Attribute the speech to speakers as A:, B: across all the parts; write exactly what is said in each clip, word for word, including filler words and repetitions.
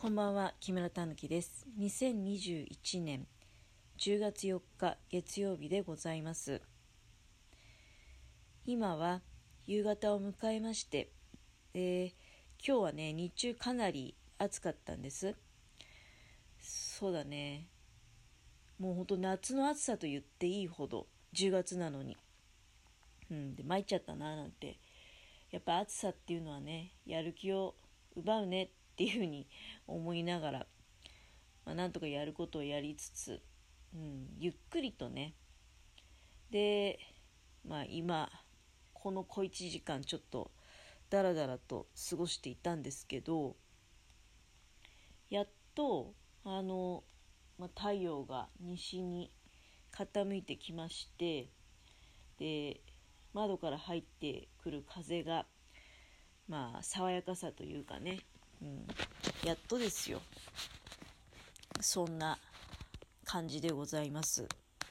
A: こんばんは、木村たぬきです。にせんにじゅういちねんじゅうがつよっか月曜日でございます。今は夕方を迎えまして、えー今日はね、日中かなり暑かったんです。そうだね、もうほんと夏の暑さと言っていいほど、じゅうがつなのに。うん、で、参っちゃったななんて。やっぱ暑さっていうのはね、やる気を奪うねっていうふうに思いながら、まあ、なんとかやることをやりつつ、うん、ゆっくりとね。で、まあ今、この小いちじかんちょっとだらだらと過ごしていたんですけど、やっと、あの、まあ、太陽が西に傾いてきまして、で、窓から入ってくる風が、まあ爽やかさというかね、うん、やっとですよ。そんな感じでございます。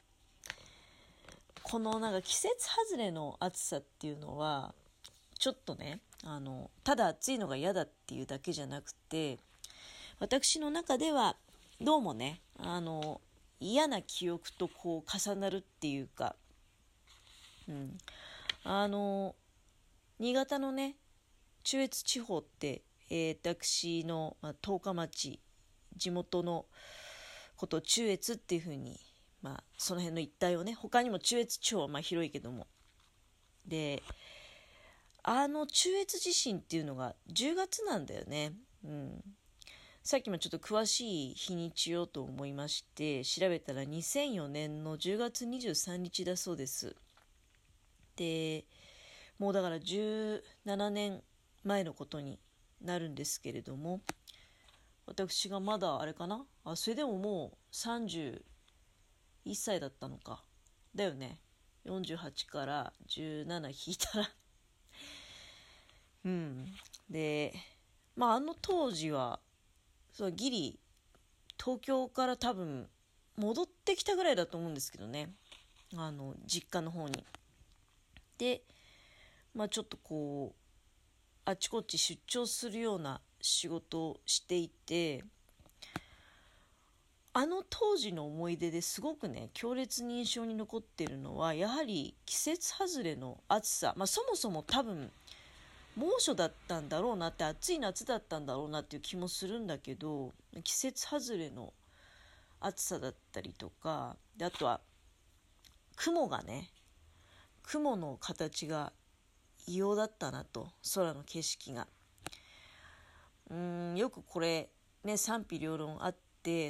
A: このなんか季節外れの暑さっていうのはちょっとね、あのただ暑いのが嫌だっていうだけじゃなくて、私の中ではどうもね、あの嫌な記憶とこう重なるっていうか、うん、あの新潟のね、中越地方って、えー私の、まあ、十日町、地元のことを中越っていうふうに、まあ、その辺の一帯をね、他にも中越地方はまあ広いけども、で、あの中越地震っていうのがじゅうがつなんだよね。うん。さっきもちょっと詳しい日にちをと思いまして調べたらにせんよねんのじゅうがつにじゅうさんにちだそうです。で、もうだからじゅうななねんまえのことになるんですけれども、私がまだあれかなあ、それでももうさんじゅういっさいだったのか。だよね。よんじゅうはちからじゅうなな引いたらうん。で、まああの当時は、そうギリ、東京から多分戻ってきたぐらいだと思うんですけどね。あの、実家の方に。で、まあちょっとこう、あちこち出張するような仕事をしていて、あの当時の思い出ですごくね、強烈に印象に残っているのは、やはり季節外れの暑さ。まあそもそも多分、猛暑だったんだろうなって、暑い夏だったんだろうなっていう気もするんだけど、季節外れの暑さだったりとかで、あとは雲がね、雲の形が異様だったなと、空の景色が。うーん、よくこれね、賛否両論あって、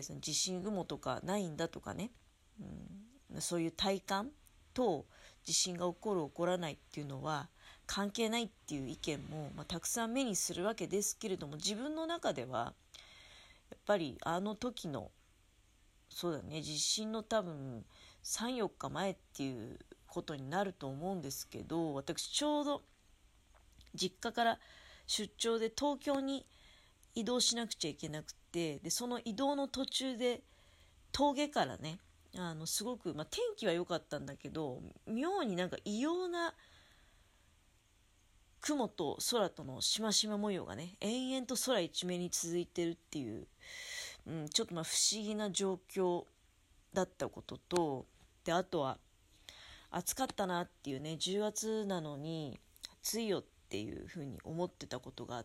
A: その地震雲とかないんだとかね、うん、そういう体感と地震が起こる起こらないっていうのは関係ないっていう意見も、まあ、たくさん目にするわけですけれども、自分の中ではやっぱりあの時の、そうだね、地震の多分さん、よっかまえっていうことになると思うんですけど、私ちょうど実家から出張で東京に移動しなくちゃいけなくて、でその移動の途中で峠からね、あのすごく、まあ、天気は良かったんだけど、妙になんか異様な雲と空とのしましま模様がね、延々と空一面に続いてるっていう、うん、ちょっとまあ不思議な状況だったことと、であとは暑かったなっていうね、じゅうがつなのに暑いよっていうふうに思ってたことがあって、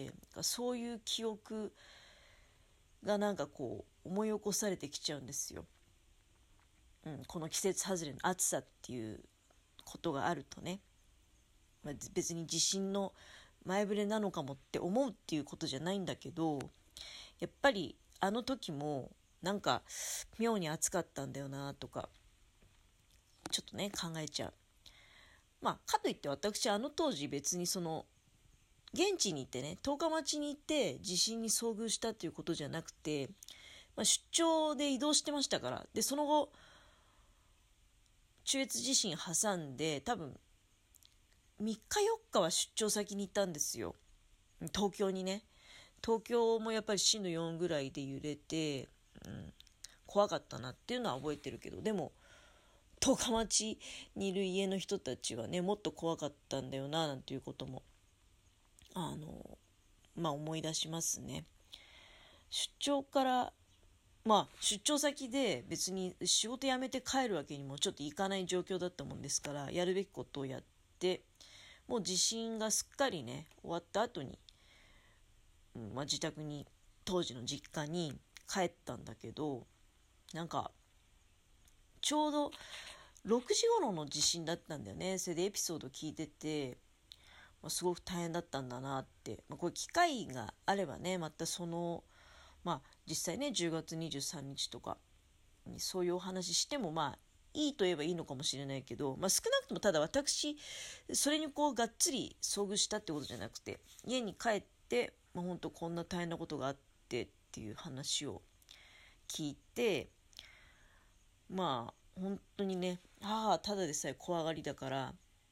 A: そういう記憶がなんかこう思い起こされてきちゃうんですよ。うん、この季節外れの暑さっていうことがあるとね、まあ、別に地震の前触れなのかもって思うっていうことじゃないんだけど、やっぱりあの時もなんか妙に暑かったんだよなとかちょっとね考えちゃう。まあかといって私あの当時別にその現地に行ってね、十日町に行って地震に遭遇したっていうことじゃなくて、まあ、出張で移動してましたから。でその後中越地震挟んで多分みっかよっかは出張先に行ったんですよ、東京にね。東京もやっぱり震度よんぐらいで揺れて、うん、怖かったなっていうのは覚えてるけど、でも十日町にいる家の人たちはね、もっと怖かったんだよななんていうこともあのまあ思い出しますね。 出張からまあ出張先で別に仕事辞めて帰るわけにもちょっといかない状況だったもんですから、やるべきことをやって、もう地震がすっかりね終わった後に、うんまあ、自宅に当時の実家に帰ったんだけど、なんかちょうどろくじ頃の地震だったんだよね。それでエピソード聞いてて、まあ、すごく大変だったんだなって、まあ、こういう機会があればね、またそのまあ実際ねじゅうがつにじゅうさんにちとかにそういうお話してもまあいいと言えばいいのかもしれないけど、まあ、少なくともただ私それにこうがっつり遭遇したってことじゃなくて、家に帰って、まあ、本当こんな大変なことがあってっていう話を聞いて、まあ本当にね、母はただでさえ怖がりだから、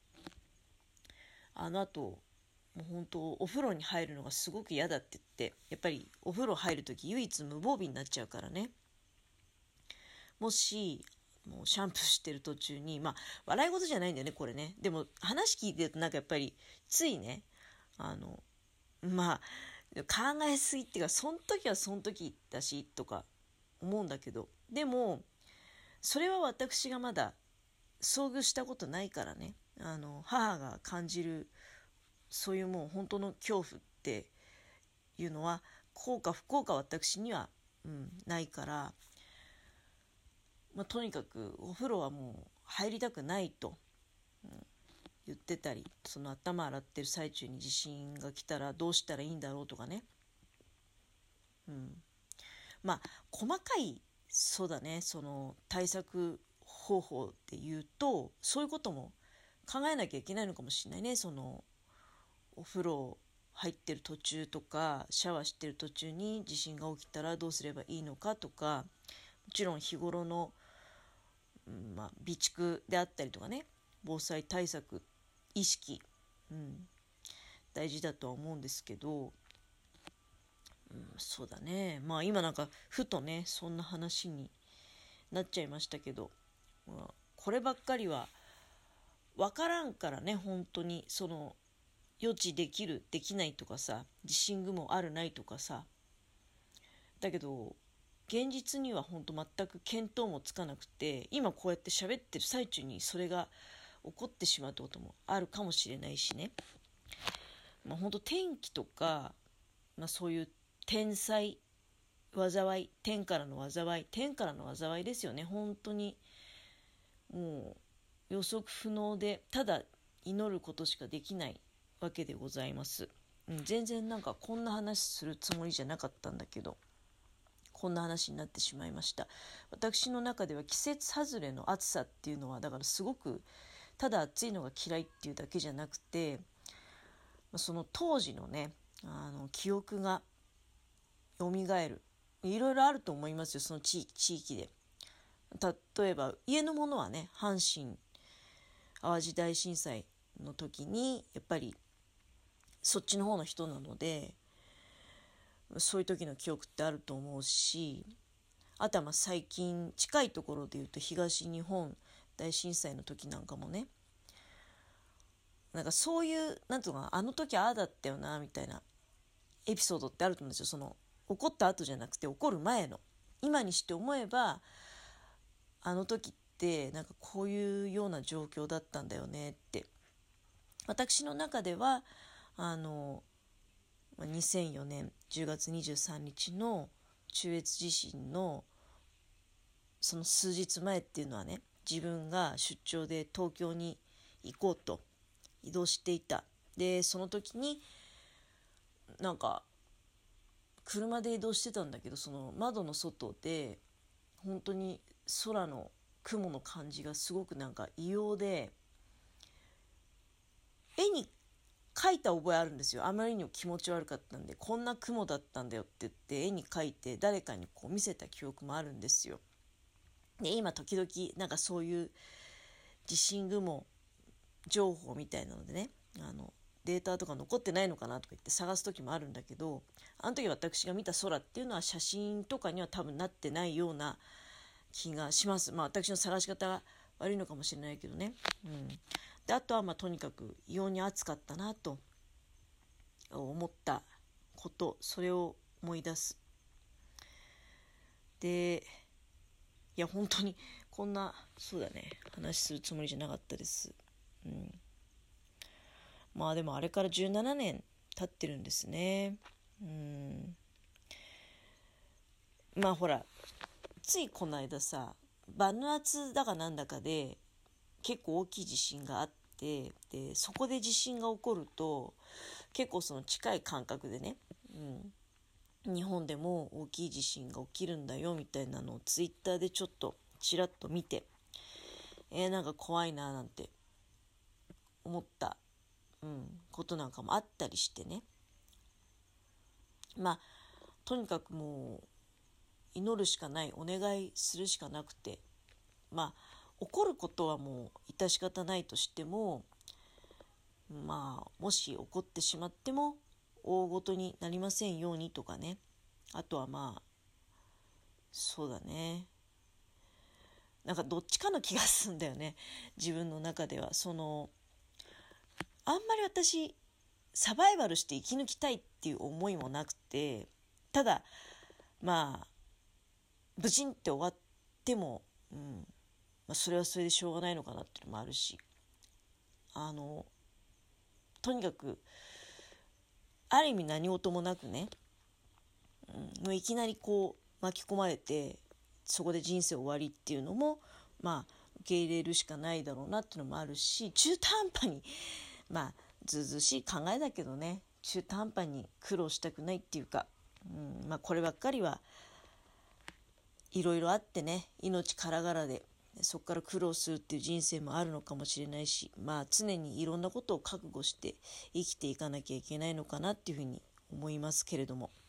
A: あの後もう本当お風呂に入るのがすごく嫌だって言って、やっぱりお風呂入るとき唯一無防備になっちゃうからね、もしもうシャンプーしてる途中に、まあ笑い事じゃないんだよねこれね、でも話聞いてるとなんかやっぱりついね、あのまあ考えすぎっていうか、その時はその時だしとか思うんだけど、でもそれは私がまだ遭遇したことないからね、あの母が感じるそういうもう本当の恐怖っていうのは幸か不幸か私には、うん、ないから、まあ、とにかくお風呂はもう入りたくないと、うん、言ってたり、その頭洗ってる最中に地震が来たらどうしたらいいんだろうとかね、うん、まあ細かいそうだね、その対策方法で言うとそういうことも考えなきゃいけないのかもしれないね。そのお風呂入ってる途中とかシャワーしてる途中に地震が起きたらどうすればいいのかとか、もちろん日頃の、うんまあ、備蓄であったりとかね、防災対策意識、うん、大事だとは思うんですけど、うん、そうだね、まあ今なんかふとねそんな話になっちゃいましたけど、まあ、こればっかりは分からんからね、本当にその予知できるできないとかさ、地震雲あるないとかさ、だけど現実には本当全く見当もつかなくて、今こうやって喋ってる最中にそれが起こってしまうってこともあるかもしれないしね、まあ、本当天気とか、まあ、そういう天災災い、天からの災い天からの災いですよね。本当にもう予測不能で、ただ祈ることしかできないわけでございます、うん、全然なんかこんな話するつもりじゃなかったんだけど、こんな話になってしまいました。私の中では季節外れの暑さっていうのはだからすごくただ暑いのが嫌いっていうだけじゃなくて、その当時のねあの記憶が蘇る、いろいろあると思いますよ、その地域、地域で。例えば家のものはね、阪神淡路大震災の時にやっぱりそっちの方の人なので、そういう時の記憶ってあると思うし、あとはまあ最近近いところでいうと東日本大震災の時なんかもね、なんかそういうなんていうのかな、あの時ああだったよなみたいなエピソードってあると思うんですよ。その起こった後じゃなくて起こる前の、今にして思えばあの時ってなんかこういうような状況だったんだよねって、私の中ではあのにせんよねんじゅうがつにじゅうさんにちの中越地震のその数日前っていうのはね、自分が出張で東京に行こうと移動していた。でその時になんか車で移動してたんだけど、その窓の外で本当に空の雲の感じがすごくなんか異様で、絵に描いた覚えあるんですよ。あまりにも気持ち悪かったんで、こんな雲だったんだよって言って絵に描いて誰かにこう見せた記憶もあるんですよ。で今時々なんかそういう地震雲情報みたいなのでね、あのデータとか残ってないのかなとか言って探す時もあるんだけど、あの時私が見た空っていうのは写真とかには多分なってないような気がします。まあ私の探し方が悪いのかもしれないけどね、うん、であとはまあとにかく異様に暑かったなと思ったこと、それを思い出す。 で、いや本当にこんなそうだね話するつもりじゃなかったです。うん、まあでもあれからじゅうななねん経ってるんですね。うん、まあほらついこの間さバヌアツだかなんだかで結構大きい地震があって、でそこで地震が起こると結構その近い感覚でね、うん、日本でも大きい地震が起きるんだよみたいなのをツイッターでちょっとちらっと見て、えー、なんか怖いななんて思った、うん、ことなんかもあったりしてね。まあとにかくもう祈るしかない、お願いするしかなくて、まあ起こることはもう致し方ないとしても、まあもし起こってしまっても大ごとになりませんようにとかね。あとはまあそうだね、なんかどっちかの気がするんだよね、自分の中では。そのあんまり私サバイバルして生き抜きたいっていう思いもなくて、ただまあ無事って終わっても、うんまあ、それはそれでしょうがないのかなっていうのもあるし、あのとにかくある意味何事もなくね、うん、もういきなりこう巻き込まれてそこで人生終わりっていうのもまあ受け入れるしかないだろうなっていうのもあるし、中途半端にまあずうずうしい考えだけどね、中途半端に苦労したくないっていうか、うんまあ、こればっかりはいろいろあってね、命からがらでそこから苦労するっていう人生もあるのかもしれないし、まあ常にいろんなことを覚悟して生きていかなきゃいけないのかなっていうふうに思いますけれども、